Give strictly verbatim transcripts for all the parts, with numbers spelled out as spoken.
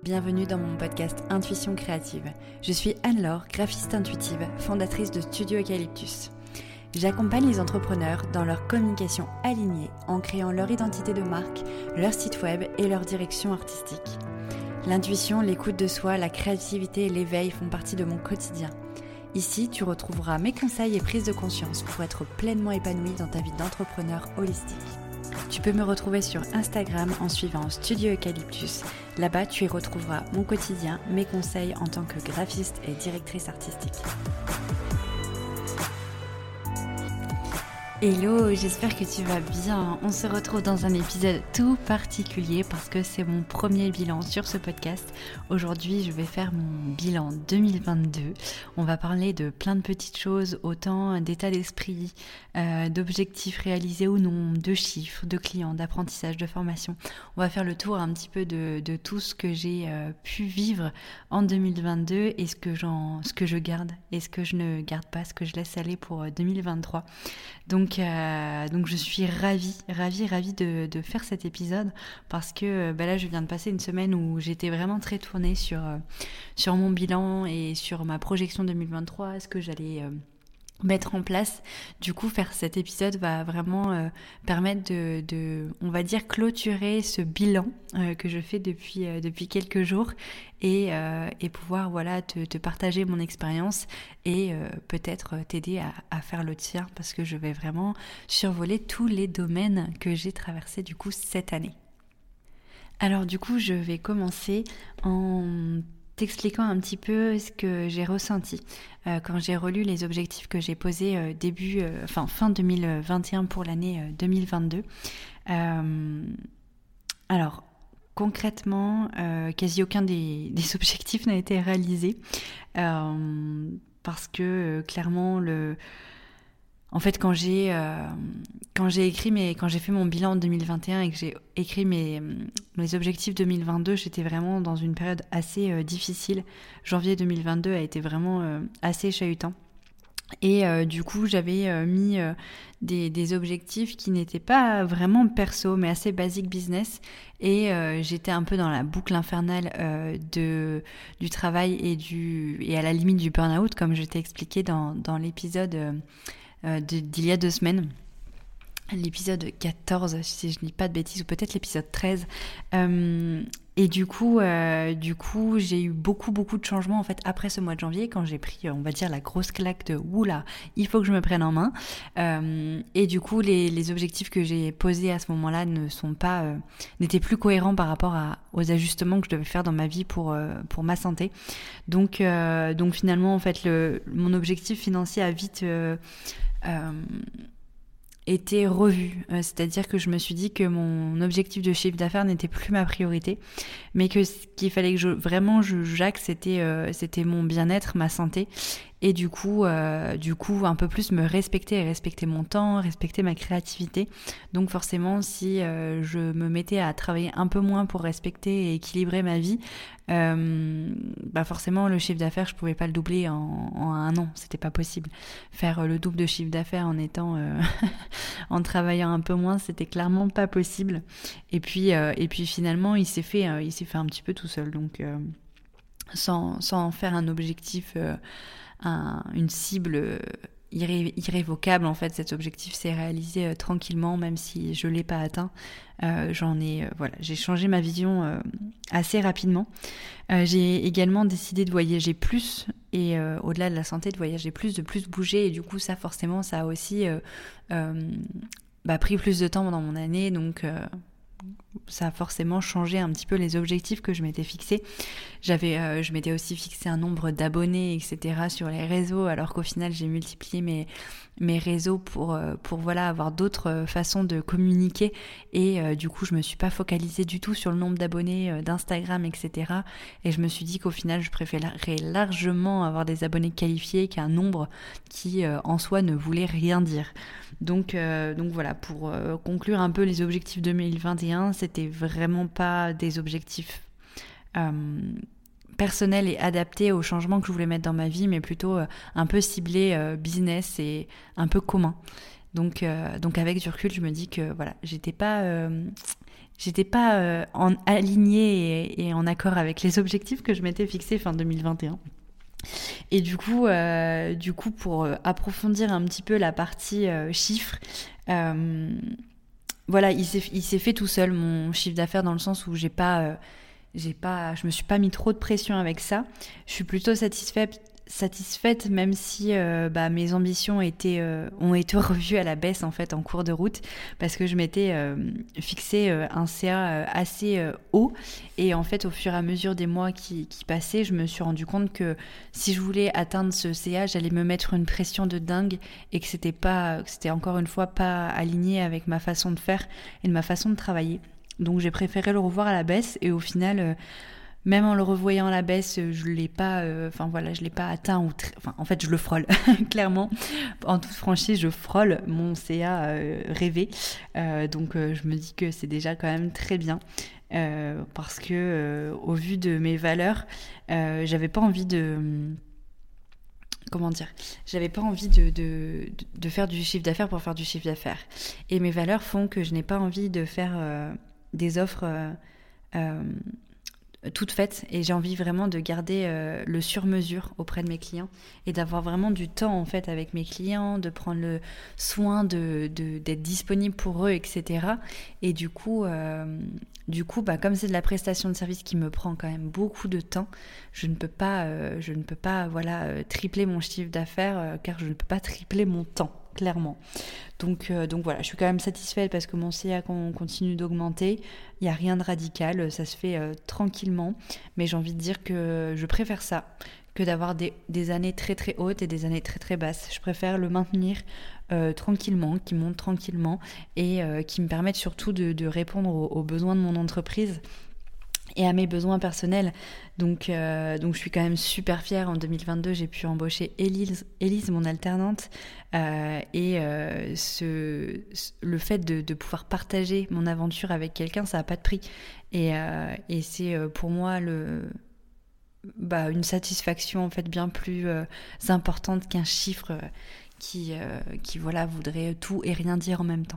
Bienvenue dans mon podcast Intuition créative. Je suis Anne-Laure, graphiste intuitive, fondatrice de Studio Eucalyptus. J'accompagne les entrepreneurs dans leur communication alignée en créant leur identité de marque, leur site web et leur direction artistique. L'intuition, l'écoute de soi, la créativité et l'éveil font partie de mon quotidien. Ici, tu retrouveras mes conseils et prises de conscience pour être pleinement épanoui dans ta vie d'entrepreneur holistique. Tu peux me retrouver sur Instagram en suivant Studio Eucalyptus. Là-bas, tu y retrouveras mon quotidien, mes conseils en tant que graphiste et directrice artistique. Hello, j'espère que tu vas bien. On se retrouve dans un épisode tout particulier parce que c'est mon premier bilan sur ce podcast. Aujourd'hui, je vais faire mon bilan deux mille vingt-deux. On va parler de plein de petites choses, autant d'état d'esprit, euh, d'objectifs réalisés ou non, de chiffres, de clients, d'apprentissage, de formation. On va faire le tour un petit peu de, de tout ce que j'ai euh, pu vivre en deux mille vingt-deux et ce que, j'en, ce que je garde et ce que je ne garde pas, ce que je laisse aller pour deux mille vingt-trois. Donc, euh, donc je suis ravie, ravie, ravie de, de faire cet épisode parce que bah là je viens de passer une semaine où j'étais vraiment très tournée sur, euh, sur mon bilan et sur ma projection deux mille vingt-trois, ce que j'allais euh, mettre en place. Du coup, faire cet épisode va vraiment euh, permettre de, de, on va dire, clôturer ce bilan euh, que je fais depuis, euh, depuis quelques jours et, euh, et pouvoir voilà, te, te partager mon expérience et euh, peut-être t'aider à, à faire le tien parce que je vais vraiment survoler tous les domaines que j'ai traversés du coup cette année. Alors du coup, je vais commencer en t'expliquant un petit peu ce que j'ai ressenti euh, quand j'ai relu les objectifs que j'ai posés euh, début, euh, enfin fin deux mille vingt et un pour l'année euh, deux mille vingt-deux. Euh, alors concrètement, euh, quasi aucun des, des objectifs n'a été réalisé euh, parce que euh, clairement le En fait, quand j'ai euh, quand j'ai écrit mes quand j'ai fait mon bilan en deux mille vingt et un et que j'ai écrit mes mes objectifs deux mille vingt-deux, j'étais vraiment dans une période assez euh, difficile. Janvier deux mille vingt-deux a été vraiment euh, assez chahutant. Et euh, du coup, j'avais euh, mis euh, des, des objectifs qui n'étaient pas vraiment perso, mais assez basic business. Et euh, j'étais un peu dans la boucle infernale euh, de, du travail et, du, et à la limite du burn-out, comme je t'ai expliqué dans, dans l'épisode euh, euh, de, d'il y a deux semaines. L'épisode quatorze, si je ne dis pas de bêtises, ou peut-être l'épisode treize. Euh, et du coup, euh, du coup, j'ai eu beaucoup, beaucoup de changements en fait après ce mois de janvier, quand j'ai pris, on va dire, la grosse claque de oula, il faut que je me prenne en main. Euh, et du coup, les, les objectifs que j'ai posés à ce moment-là ne sont pas, euh, n'étaient plus cohérents par rapport à, aux ajustements que je devais faire dans ma vie pour euh, pour ma santé. Donc, euh, donc finalement, en fait, le, mon objectif financier a vite euh, euh, était revu, euh, c'est-à-dire que je me suis dit que mon objectif de chiffre d'affaires n'était plus ma priorité, mais que ce qu'il fallait que je, vraiment je, j'axe, c'était, euh, c'était mon bien-être, ma santé, et du coup, euh, du coup un peu plus me respecter et respecter mon temps, respecter ma créativité. Donc forcément, si euh, je me mettais à travailler un peu moins pour respecter et équilibrer ma vie, euh, bah forcément le chiffre d'affaires je pouvais pas le doubler en, en un an, c'était pas possible. Faire le double de chiffre d'affaires en étant euh, en travaillant un peu moins, c'était clairement pas possible. Et puis euh, et puis finalement il s'est fait euh, il s'est fait un petit peu tout seul, donc euh, sans sans faire un objectif, euh, un, une cible euh, irré- irrévocable. En fait, cet objectif s'est réalisé euh, tranquillement, même si je l'ai pas atteint. Euh, j'en ai, euh, voilà, j'ai changé ma vision euh, assez rapidement. Euh, j'ai également décidé de voyager plus et euh, au-delà de la santé, de voyager plus, de plus bouger. Et du coup, ça forcément, ça a aussi euh, euh, bah, pris plus de temps dans mon année, donc. Euh, ça a forcément changé un petit peu les objectifs que je m'étais fixés. J'avais, euh, je m'étais aussi fixé un nombre d'abonnés, et cetera sur les réseaux, alors qu'au final, j'ai multiplié mes, mes réseaux pour, euh, pour voilà, avoir d'autres façons de communiquer. Et euh, du coup, je me suis pas focalisée du tout sur le nombre d'abonnés euh, d'Instagram, et cetera. Et je me suis dit qu'au final, je préférerais largement avoir des abonnés qualifiés qu'un nombre qui, euh, en soi, ne voulait rien dire. Donc, euh, donc voilà, pour euh, conclure un peu les objectifs deux mille vingt et un, c'était vraiment pas des objectifs euh, personnels et adaptés aux changements que je voulais mettre dans ma vie, mais plutôt euh, un peu ciblés euh, business et un peu commun. Donc, euh, donc avec du recul, je me dis que voilà, j'étais pas, euh, j'étais pas euh, en alignée et, et en accord avec les objectifs que je m'étais fixés fin deux mille vingt et un. Et du coup, euh, du coup, pour approfondir un petit peu la partie euh, chiffres, euh, voilà, il s'est, il s'est fait tout seul mon chiffre d'affaires dans le sens où j'ai pas, euh, j'ai pas, je me suis pas mis trop de pression avec ça. Je suis plutôt satisfaite. satisfaite même si euh, bah, mes ambitions étaient, euh, ont été revues à la baisse en fait en cours de route parce que je m'étais euh, fixé euh, un C A euh, assez euh, haut et en fait au fur et à mesure des mois qui, qui passaient je me suis rendu compte que si je voulais atteindre ce C A j'allais me mettre une pression de dingue et que c'était pas, que c'était encore une fois pas aligné avec ma façon de faire et de ma façon de travailler, donc j'ai préféré le revoir à la baisse et au final euh, même en le revoyant à la baisse, je l'ai pas, euh, enfin voilà, je l'ai pas atteint ou, tr- enfin en fait je le frôle clairement. En toute franchise, je frôle mon C A euh, rêvé, euh, donc euh, je me dis que c'est déjà quand même très bien euh, parce que euh, au vu de mes valeurs, euh, j'avais pas envie de comment dire, j'avais pas envie de, de, de faire du chiffre d'affaires pour faire du chiffre d'affaires. Et mes valeurs font que je n'ai pas envie de faire euh, des offres euh, euh, toute faite et j'ai envie vraiment de garder euh, le sur-mesure auprès de mes clients et d'avoir vraiment du temps en fait avec mes clients, de prendre le soin de, de, d'être disponible pour eux, et cetera. Et du coup, euh, du coup bah, comme c'est de la prestation de service qui me prend quand même beaucoup de temps, je ne peux pas, euh, je ne peux pas voilà, euh, tripler mon chiffre d'affaires euh, car je ne peux pas tripler mon temps, clairement. Donc, euh, donc voilà, je suis quand même satisfaite parce que mon C A continue d'augmenter. Il n'y a rien de radical, ça se fait euh, tranquillement. Mais j'ai envie de dire que je préfère ça que d'avoir des, des années très très hautes et des années très très basses. Je préfère le maintenir euh, tranquillement, qui monte tranquillement et euh, qui me permette surtout de, de répondre aux, aux besoins de mon entreprise et à mes besoins personnels. Donc, euh, donc je suis quand même super fière. En deux mille vingt-deux, j'ai pu embaucher Élise, Élise mon alternante. Euh, et euh, ce, le fait de, de pouvoir partager mon aventure avec quelqu'un, ça n'a pas de prix. Et, euh, et c'est pour moi le, bah, une satisfaction en fait bien plus euh, importante qu'un chiffre qui, euh, qui voilà, voudrait tout et rien dire en même temps.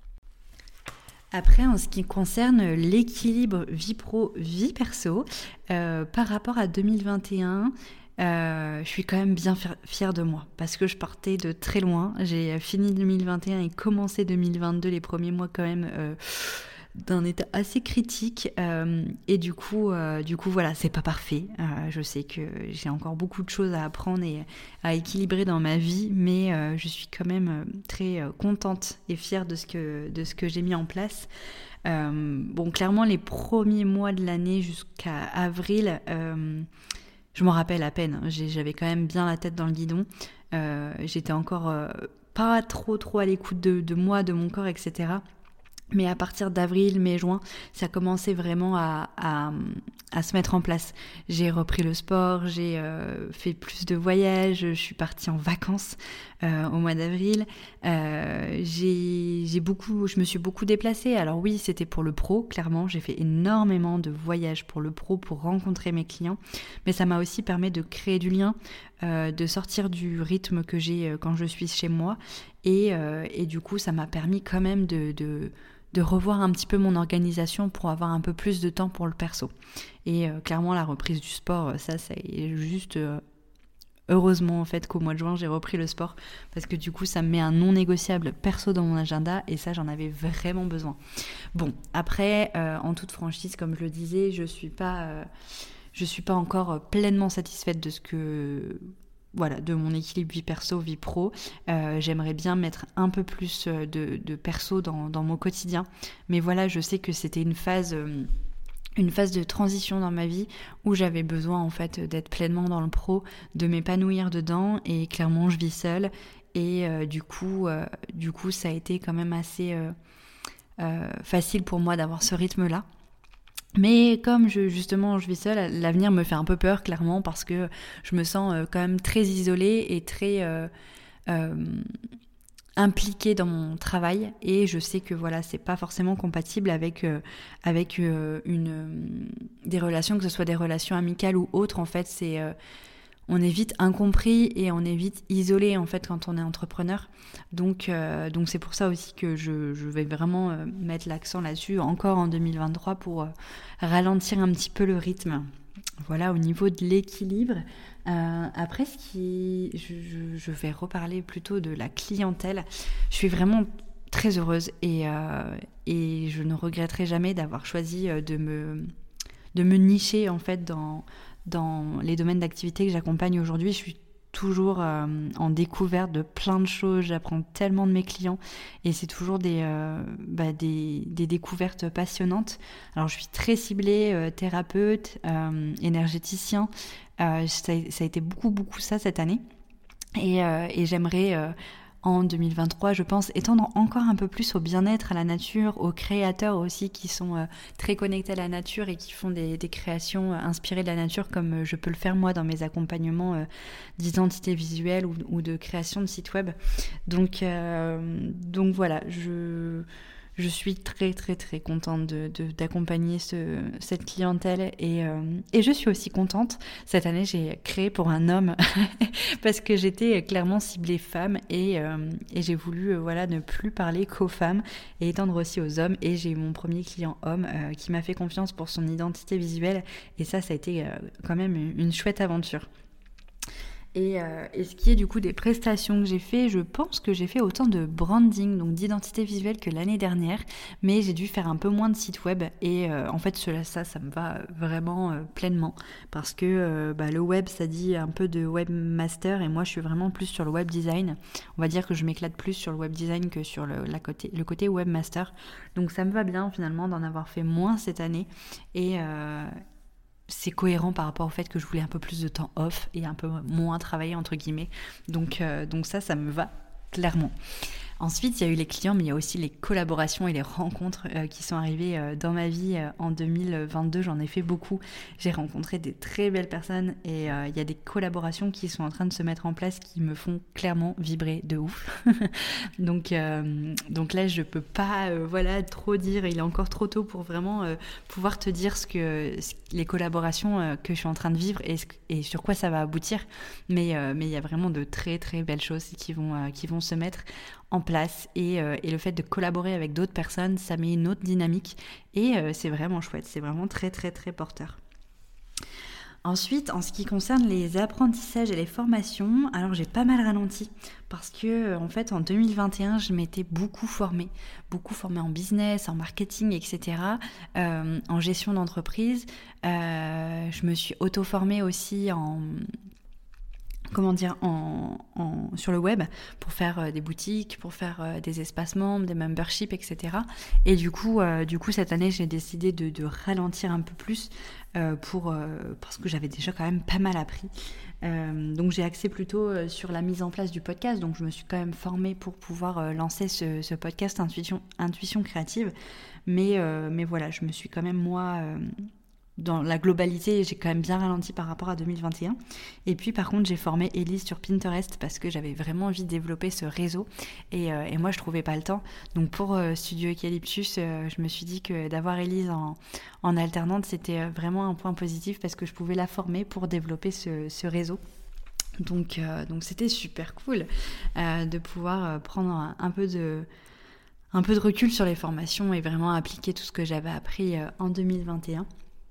Après, en ce qui concerne l'équilibre vie pro, vie perso, euh, par rapport à deux mille vingt et un, euh, je suis quand même bien fière de moi parce que je partais de très loin. J'ai fini deux mille vingt et un et commencé deux mille vingt-deux, les premiers mois quand même euh, d'un état assez critique. Euh, et du coup, euh, du coup, voilà, c'est pas parfait. Euh, je sais que j'ai encore beaucoup de choses à apprendre et à équilibrer dans ma vie, mais euh, je suis quand même très contente et fière de ce que, de ce que j'ai mis en place. Euh, bon, clairement, les premiers mois de l'année jusqu'à avril, euh, je m'en rappelle à peine. J'avais quand même bien la tête dans le guidon. Euh, j'étais encore euh, pas trop, trop à l'écoute de, de moi, de mon corps, et cetera. Mais à partir d'avril, mai, juin, ça commençait vraiment à, à, à se mettre en place. J'ai repris le sport, j'ai euh, fait plus de voyages, je suis partie en vacances euh, au mois d'avril. Euh, j'ai, j'ai beaucoup, je me suis beaucoup déplacée. Alors oui, c'était pour le pro, clairement. J'ai fait énormément de voyages pour le pro, pour rencontrer mes clients. Mais ça m'a aussi permis de créer du lien, euh, de sortir du rythme que j'ai quand je suis chez moi. Et, euh, et du coup, ça m'a permis quand même de... de de revoir un petit peu mon organisation pour avoir un peu plus de temps pour le perso. Et euh, clairement, la reprise du sport, ça, c'est juste... Euh, heureusement, en fait, qu'au mois de juin, j'ai repris le sport parce que du coup, ça me met un non négociable perso dans mon agenda et ça, j'en avais vraiment besoin. Bon, après, euh, en toute franchise, comme je le disais, je suis pas... Euh, je suis pas encore pleinement satisfaite de ce que... Voilà, de mon équilibre vie perso, vie pro. Euh, j'aimerais bien mettre un peu plus de, de perso dans, dans mon quotidien. Mais voilà, je sais que c'était une phase, euh, une phase de transition dans ma vie où j'avais besoin en fait d'être pleinement dans le pro, de m'épanouir dedans. Et clairement, je vis seule. Et euh, du coup, euh, du coup, ça a été quand même assez euh, euh, facile pour moi d'avoir ce rythme-là. Mais comme je, justement je vis seule, l'avenir me fait un peu peur clairement parce que je me sens euh, quand même très isolée et très euh, euh, impliquée dans mon travail et je sais que voilà c'est pas forcément compatible avec euh, avec euh, une euh, des relations, que ce soit des relations amicales ou autres. En fait c'est euh, on est vite incompris et on est vite isolé en fait quand on est entrepreneur. Donc, euh, donc c'est pour ça aussi que je, je vais vraiment euh, mettre l'accent là-dessus encore en deux mille vingt-trois pour euh, ralentir un petit peu le rythme. Voilà, au niveau de l'équilibre. Euh, après, ce qui, je, je, je vais reparler plutôt de la clientèle. Je suis vraiment très heureuse et, euh, et je ne regretterai jamais d'avoir choisi de me, de me nicher en fait dans, dans les domaines d'activité que j'accompagne aujourd'hui. Je suis toujours euh, en découverte de plein de choses, j'apprends tellement de mes clients et c'est toujours des, euh, bah, des, des découvertes passionnantes. Alors je suis très ciblée euh, thérapeute, euh, énergéticien, euh, ça, ça a été beaucoup beaucoup ça cette année et, euh, et j'aimerais euh, en deux mille vingt-trois, je pense, étendre encore un peu plus au bien-être, à la nature, aux créateurs aussi qui sont euh, très connectés à la nature et qui font des, des créations euh, inspirées de la nature comme euh, je peux le faire moi dans mes accompagnements euh, d'identité visuelle ou, ou de création de sites web. Donc, euh, donc voilà, je... Je suis très très très contente de, de, d'accompagner ce, cette clientèle et, euh, et je suis aussi contente. Cette année, j'ai créé pour un homme parce que j'étais clairement ciblée femme et, euh, et j'ai voulu euh, voilà, ne plus parler qu'aux femmes et étendre aussi aux hommes. Et j'ai eu mon premier client homme euh, qui m'a fait confiance pour son identité visuelle et ça, ça a été euh, quand même une, une chouette aventure. Et, euh, et ce qui est du coup des prestations que j'ai fait, je pense que j'ai fait autant de branding, donc d'identité visuelle que l'année dernière, mais j'ai dû faire un peu moins de sites web et euh, en fait cela, ça, ça me va vraiment euh, pleinement parce que euh, bah, le web ça dit un peu de webmaster et moi je suis vraiment plus sur le web design. On va dire que je m'éclate plus sur le web design que sur le, la côté, le côté webmaster. Donc ça me va bien finalement d'en avoir fait moins cette année et... Euh, c'est cohérent par rapport au fait que je voulais un peu plus de temps off et un peu moins travailler entre guillemets. Donc, euh, donc ça, ça me va clairement. Ensuite, il y a eu les clients, mais il y a aussi les collaborations et les rencontres euh, qui sont arrivées euh, dans ma vie euh, en deux mille vingt-deux. J'en ai fait beaucoup. J'ai rencontré des très belles personnes et euh, il y a des collaborations qui sont en train de se mettre en place qui me font clairement vibrer de ouf. donc, euh, donc là, je peux pas euh, voilà, trop dire. Il est encore trop tôt pour vraiment euh, pouvoir te dire ce que, ce, les collaborations euh, que je suis en train de vivre et, ce, et sur quoi ça va aboutir. Mais, euh, mais il y a vraiment de très très belles choses qui vont, euh, qui vont se mettre en place et, euh, et le fait de collaborer avec d'autres personnes, ça met une autre dynamique et euh, c'est vraiment chouette, c'est vraiment très très très porteur. Ensuite, en ce qui concerne les apprentissages et les formations, alors j'ai pas mal ralenti parce que en fait en deux mille vingt et un, je m'étais beaucoup formée, beaucoup formée en business, en marketing, et cetera, euh, en gestion d'entreprise. Euh, je me suis auto-formée aussi en comment dire, en, en, sur le web pour faire euh, des boutiques, pour faire euh, des espaces membres, des memberships, et cetera. Et du coup, euh, du coup cette année, j'ai décidé de, de ralentir un peu plus euh, pour, euh, parce que j'avais déjà quand même pas mal appris. Euh, donc j'ai axé plutôt euh, sur la mise en place du podcast. Donc je me suis quand même formée pour pouvoir euh, lancer ce, ce podcast Intuition, Intuition créative. Mais, euh, mais voilà, je me suis quand même, moi... Euh, dans la globalité, j'ai quand même bien ralenti par rapport à deux mille vingt et un. Et puis par contre, j'ai formé Élise sur Pinterest parce que j'avais vraiment envie de développer ce réseau. Et, euh, et moi, je trouvais pas le temps. Donc pour euh, Studio Eucalyptus, euh, je me suis dit que d'avoir Élise en, en alternante, c'était vraiment un point positif parce que je pouvais la former pour développer ce, ce réseau. Donc, euh, donc c'était super cool euh, de pouvoir euh, prendre un, un peu de... un peu de recul sur les formations et vraiment appliquer tout ce que j'avais appris euh, en deux mille vingt et un.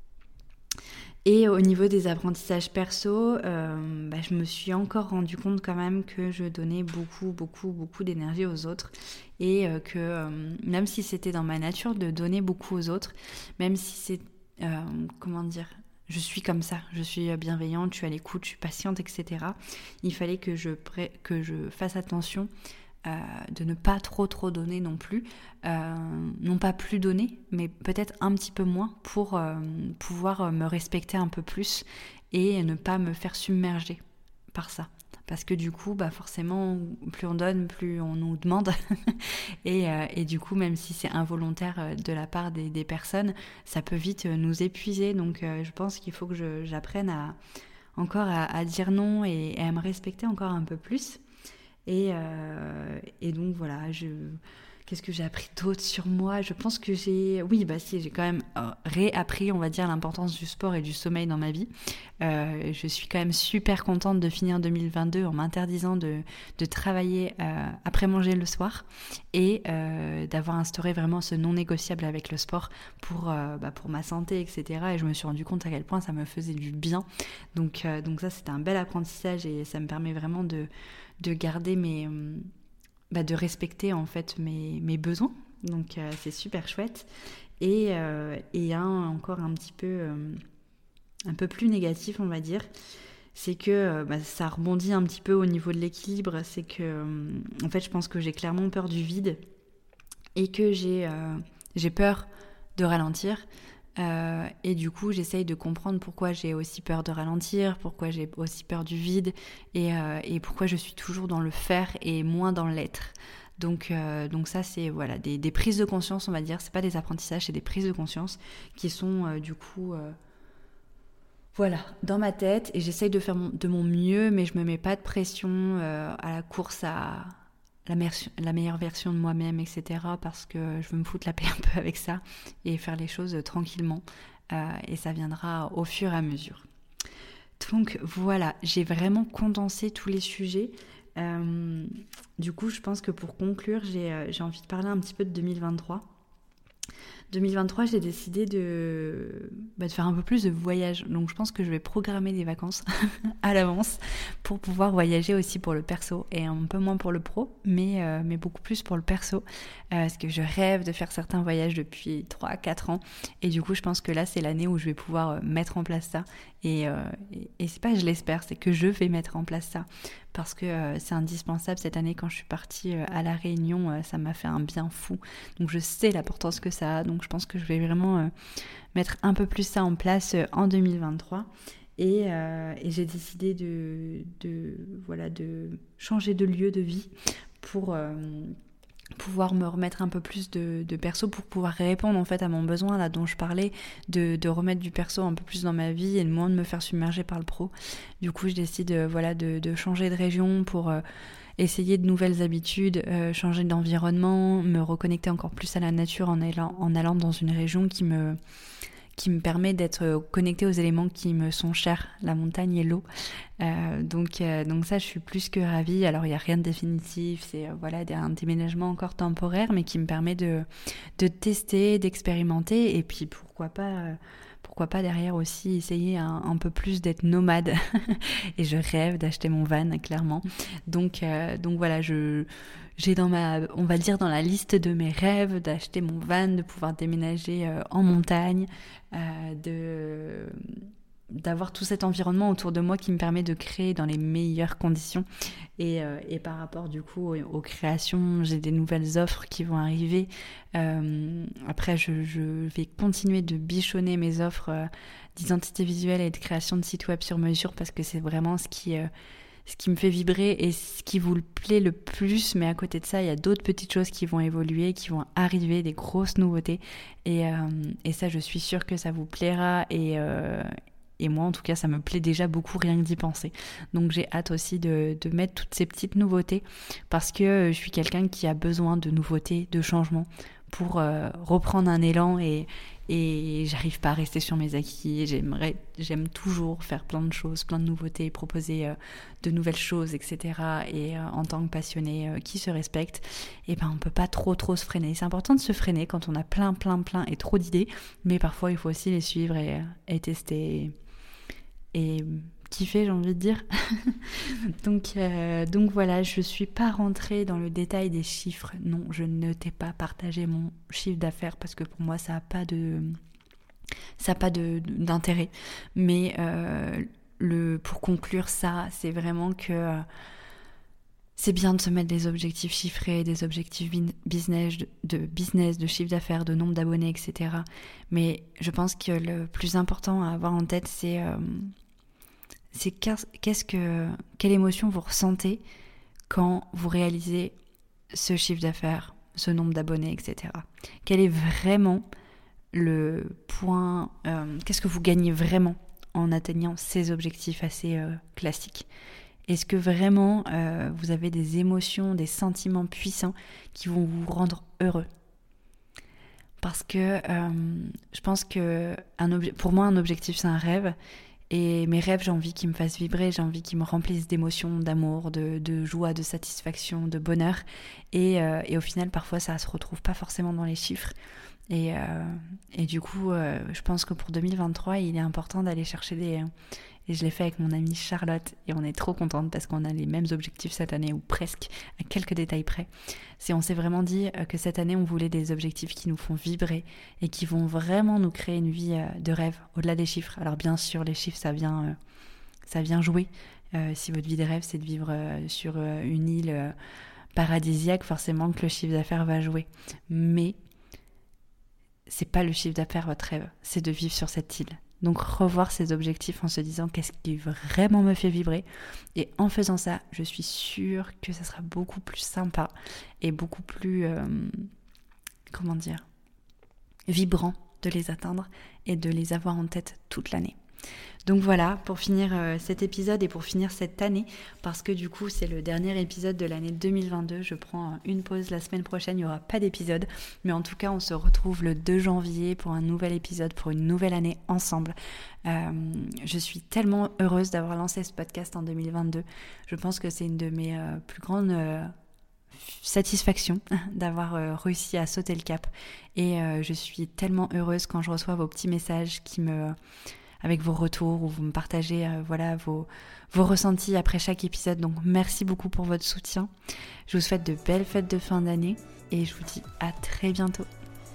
Et au niveau des apprentissages perso, euh, bah, je me suis encore rendu compte quand même que je donnais beaucoup, beaucoup, beaucoup d'énergie aux autres et euh, que euh, même si c'était dans ma nature de donner beaucoup aux autres, même si c'est, euh, comment dire, je suis comme ça, je suis bienveillante, je suis à l'écoute, je suis patiente, et cetera. Il fallait que je, pré- que je fasse attention Euh, de ne pas trop trop donner non plus, euh, non pas plus donner, mais peut-être un petit peu moins pour euh, pouvoir me respecter un peu plus et ne pas me faire submerger par ça. Parce que du coup, bah forcément, plus on donne, plus on nous demande. et, euh, et du coup, même si c'est involontaire de la part des, des personnes, ça peut vite nous épuiser. Donc euh, je pense qu'il faut que je, j'apprenne à, encore à, à dire non et, et à me respecter encore un peu plus. Et, euh, et donc voilà, je, Qu'est-ce que j'ai appris d'autre sur moi ? Je pense que j'ai... Oui, bah si, j'ai quand même euh, réappris, on va dire, l'importance du sport et du sommeil dans ma vie. Euh, je suis quand même super contente de finir deux mille vingt-deux en m'interdisant de, de travailler euh, après manger le soir et euh, d'avoir instauré vraiment ce non négociable avec le sport pour, euh, bah, pour ma santé, et cetera. Et je me suis rendu compte à quel point ça me faisait du bien. Donc, euh, donc ça, c'était un bel apprentissage et ça me permet vraiment de, de garder mes... Bah, de respecter en fait mes, mes besoins, donc euh, c'est super chouette. Et, euh, et un, encore un petit peu euh, un peu plus négatif, on va dire, c'est que euh, bah, ça rebondit un petit peu au niveau de l'équilibre. C'est que euh, en fait je pense que j'ai clairement peur du vide et que j'ai, euh, j'ai peur de ralentir. Euh, et du coup j'essaye de comprendre pourquoi j'ai aussi peur de ralentir, pourquoi j'ai aussi peur du vide et, euh, et pourquoi je suis toujours dans le faire et moins dans l'être. Donc, euh, donc ça c'est voilà, des, des prises de conscience, on va dire, c'est pas des apprentissages, c'est des prises de conscience qui sont euh, du coup euh, voilà, dans ma tête, et j'essaye de faire mon, de mon mieux, mais je me mets pas de pression euh, à la course à La, mer- la meilleure version de moi-même, et cetera. Parce que je veux me foutre la paix un peu avec ça et faire les choses tranquillement. Euh, et ça viendra au fur et à mesure. Donc voilà, j'ai vraiment condensé tous les sujets. Euh, du coup, je pense que pour conclure, j'ai, euh, j'ai envie de parler un petit peu de deux mille vingt-trois. deux mille vingt-trois, j'ai décidé de, bah, de faire un peu plus de voyage. Donc je pense que je vais programmer des vacances à l'avance pour pouvoir voyager aussi pour le perso et un peu moins pour le pro, mais, euh, mais beaucoup plus pour le perso. Euh, parce que je rêve de faire certains voyages depuis trois à quatre ans. Et du coup, je pense que là, c'est l'année où je vais pouvoir mettre en place ça. Et, euh, et, et c'est pas je l'espère, c'est que je vais mettre en place ça. Parce que euh, c'est indispensable. Cette année, quand je suis partie euh, à La Réunion, euh, ça m'a fait un bien fou. Donc je sais l'importance que ça a. Donc je pense que je vais vraiment euh, mettre un peu plus ça en place euh, en deux mille vingt-trois. Et, euh, et j'ai décidé de, de, voilà, de changer de lieu de vie pour... Euh, pouvoir me remettre un peu plus de, de perso, pour pouvoir répondre en fait à mon besoin là dont je parlais, de, de remettre du perso un peu plus dans ma vie et de moins de me faire submerger par le pro. Du coup je décide euh, voilà, de, de changer de région pour euh, essayer de nouvelles habitudes, euh, changer d'environnement, me reconnecter encore plus à la nature en allant, en allant dans une région qui me... qui me permet d'être connectée aux éléments qui me sont chers, la montagne et l'eau. Euh, donc, euh, donc ça, je suis plus que ravie. Alors, il n'y a rien de définitif, c'est euh, voilà, un déménagement encore temporaire, mais qui me permet de, de tester, d'expérimenter, et puis pourquoi pas... Euh, pourquoi pas derrière aussi essayer un, un peu plus d'être nomade. Et je rêve d'acheter mon van, clairement. Donc, euh, donc voilà, je, j'ai dans ma, on va dire dans la liste de mes rêves d'acheter mon van, de pouvoir déménager euh, en montagne, euh, de... d'avoir tout cet environnement autour de moi qui me permet de créer dans les meilleures conditions. Et, euh, et par rapport du coup aux, aux créations, j'ai des nouvelles offres qui vont arriver. Euh, après, je, je vais continuer de bichonner mes offres euh, d'identité visuelle et de création de sites web sur mesure, parce que c'est vraiment ce qui... Euh, ce qui me fait vibrer et ce qui vous plaît le plus. Mais à côté de ça, il y a d'autres petites choses qui vont évoluer, qui vont arriver, des grosses nouveautés. Et, euh, et ça, je suis sûre que ça vous plaira. Et, euh, et moi, en tout cas, ça me plaît déjà beaucoup rien que d'y penser. Donc j'ai hâte aussi de, de mettre toutes ces petites nouveautés, parce que je suis quelqu'un qui a besoin de nouveautés, de changements, pour euh, reprendre un élan, et, et j'arrive pas à rester sur mes acquis. J'aimerais, j'aime toujours faire plein de choses, plein de nouveautés, proposer euh, de nouvelles choses, et cetera. Et euh, en tant que passionné euh, qui se respecte, et ben on peut pas trop trop se freiner. C'est important de se freiner quand on a plein plein plein et trop d'idées, mais parfois il faut aussi les suivre et, et tester et, et kiffer, j'ai envie de dire. donc, euh, donc voilà, je suis pas rentrée dans le détail des chiffres. Non, je ne t'ai pas partagé mon chiffre d'affaires parce que pour moi ça n'a pas de ça a pas de, d'intérêt. Mais euh, le, pour conclure ça, c'est vraiment que euh, c'est bien de se mettre des objectifs chiffrés, des objectifs business, de, de business, de chiffre d'affaires, de nombre d'abonnés, et cetera. Mais je pense que le plus important à avoir en tête, c'est euh, c'est qu'est-ce que, quelle émotion vous ressentez quand vous réalisez ce chiffre d'affaires, ce nombre d'abonnés, et cetera. Quel est vraiment le point, euh, qu'est-ce que vous gagnez vraiment en atteignant ces objectifs assez euh, classiques. Est-ce que vraiment euh, vous avez des émotions, des sentiments puissants qui vont vous rendre heureux ? Parce que euh, je pense que un obje- pour moi, un objectif, c'est un rêve. Et mes rêves, j'ai envie qu'ils me fassent vibrer, j'ai envie qu'ils me remplissent d'émotions, d'amour, de, de joie, de satisfaction, de bonheur. Et, euh, et au final, parfois, ça se retrouve pas forcément dans les chiffres. Et, euh, et du coup, euh, je pense que pour deux mille vingt-trois, il est important d'aller chercher des... Et je l'ai fait avec mon amie Charlotte et on est trop contente parce qu'on a les mêmes objectifs cette année, ou presque, à quelques détails près. C'est, on s'est vraiment dit que cette année, on voulait des objectifs qui nous font vibrer et qui vont vraiment nous créer une vie de rêve, au-delà des chiffres. Alors bien sûr, les chiffres, ça vient, euh, ça vient jouer. Euh, si votre vie de rêve, c'est de vivre euh, sur euh, une île euh, paradisiaque, forcément que le chiffre d'affaires va jouer. Mais c'est pas le chiffre d'affaires votre rêve, c'est de vivre sur cette île. Donc revoir ses objectifs en se disant qu'est-ce qui vraiment me fait vibrer. Et en faisant ça, je suis sûre que ça sera beaucoup plus sympa et beaucoup plus, euh, comment dire, vibrant de les atteindre et de les avoir en tête toute l'année. Donc voilà, pour finir euh, cet épisode et pour finir cette année, parce que du coup c'est le dernier épisode de l'année deux mille vingt-deux, je prends une pause la semaine prochaine, il n'y aura pas d'épisode, mais en tout cas on se retrouve le deux janvier pour un nouvel épisode, pour une nouvelle année ensemble. Euh, je suis tellement heureuse d'avoir lancé ce podcast en deux mille vingt-deux, je pense que c'est une de mes euh, plus grandes... Euh, satisfaction d'avoir euh, réussi à sauter le cap et euh, je suis tellement heureuse quand je reçois vos petits messages qui me... avec vos retours où vous me partagez euh, voilà, vos, vos ressentis après chaque épisode. Donc merci beaucoup pour votre soutien. Je vous souhaite de belles fêtes de fin d'année et je vous dis à très bientôt.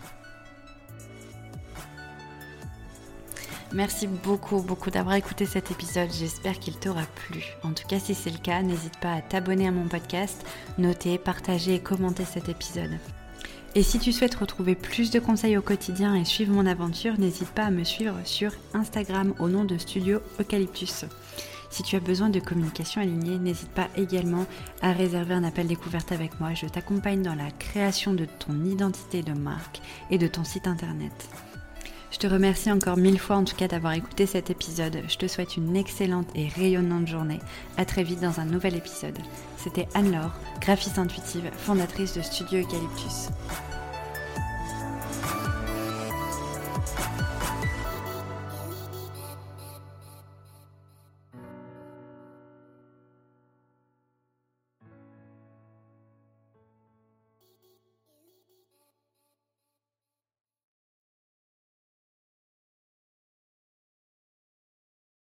Merci beaucoup, beaucoup d'avoir écouté cet épisode. J'espère qu'il t'aura plu. En tout cas, si c'est le cas, n'hésite pas à t'abonner à mon podcast, noter, partager et commenter cet épisode. Et si tu souhaites retrouver plus de conseils au quotidien et suivre mon aventure, n'hésite pas à me suivre sur Instagram au nom de Studio Eucalyptus. Si tu as besoin de communication alignée, n'hésite pas également à réserver un appel découverte avec moi. Je t'accompagne dans la création de ton identité de marque et de ton site internet. Je te remercie encore mille fois en tout cas d'avoir écouté cet épisode. Je te souhaite une excellente et rayonnante journée. À très vite dans un nouvel épisode. C'était Anne-Laure, graphiste intuitive, fondatrice de Studio Eucalyptus.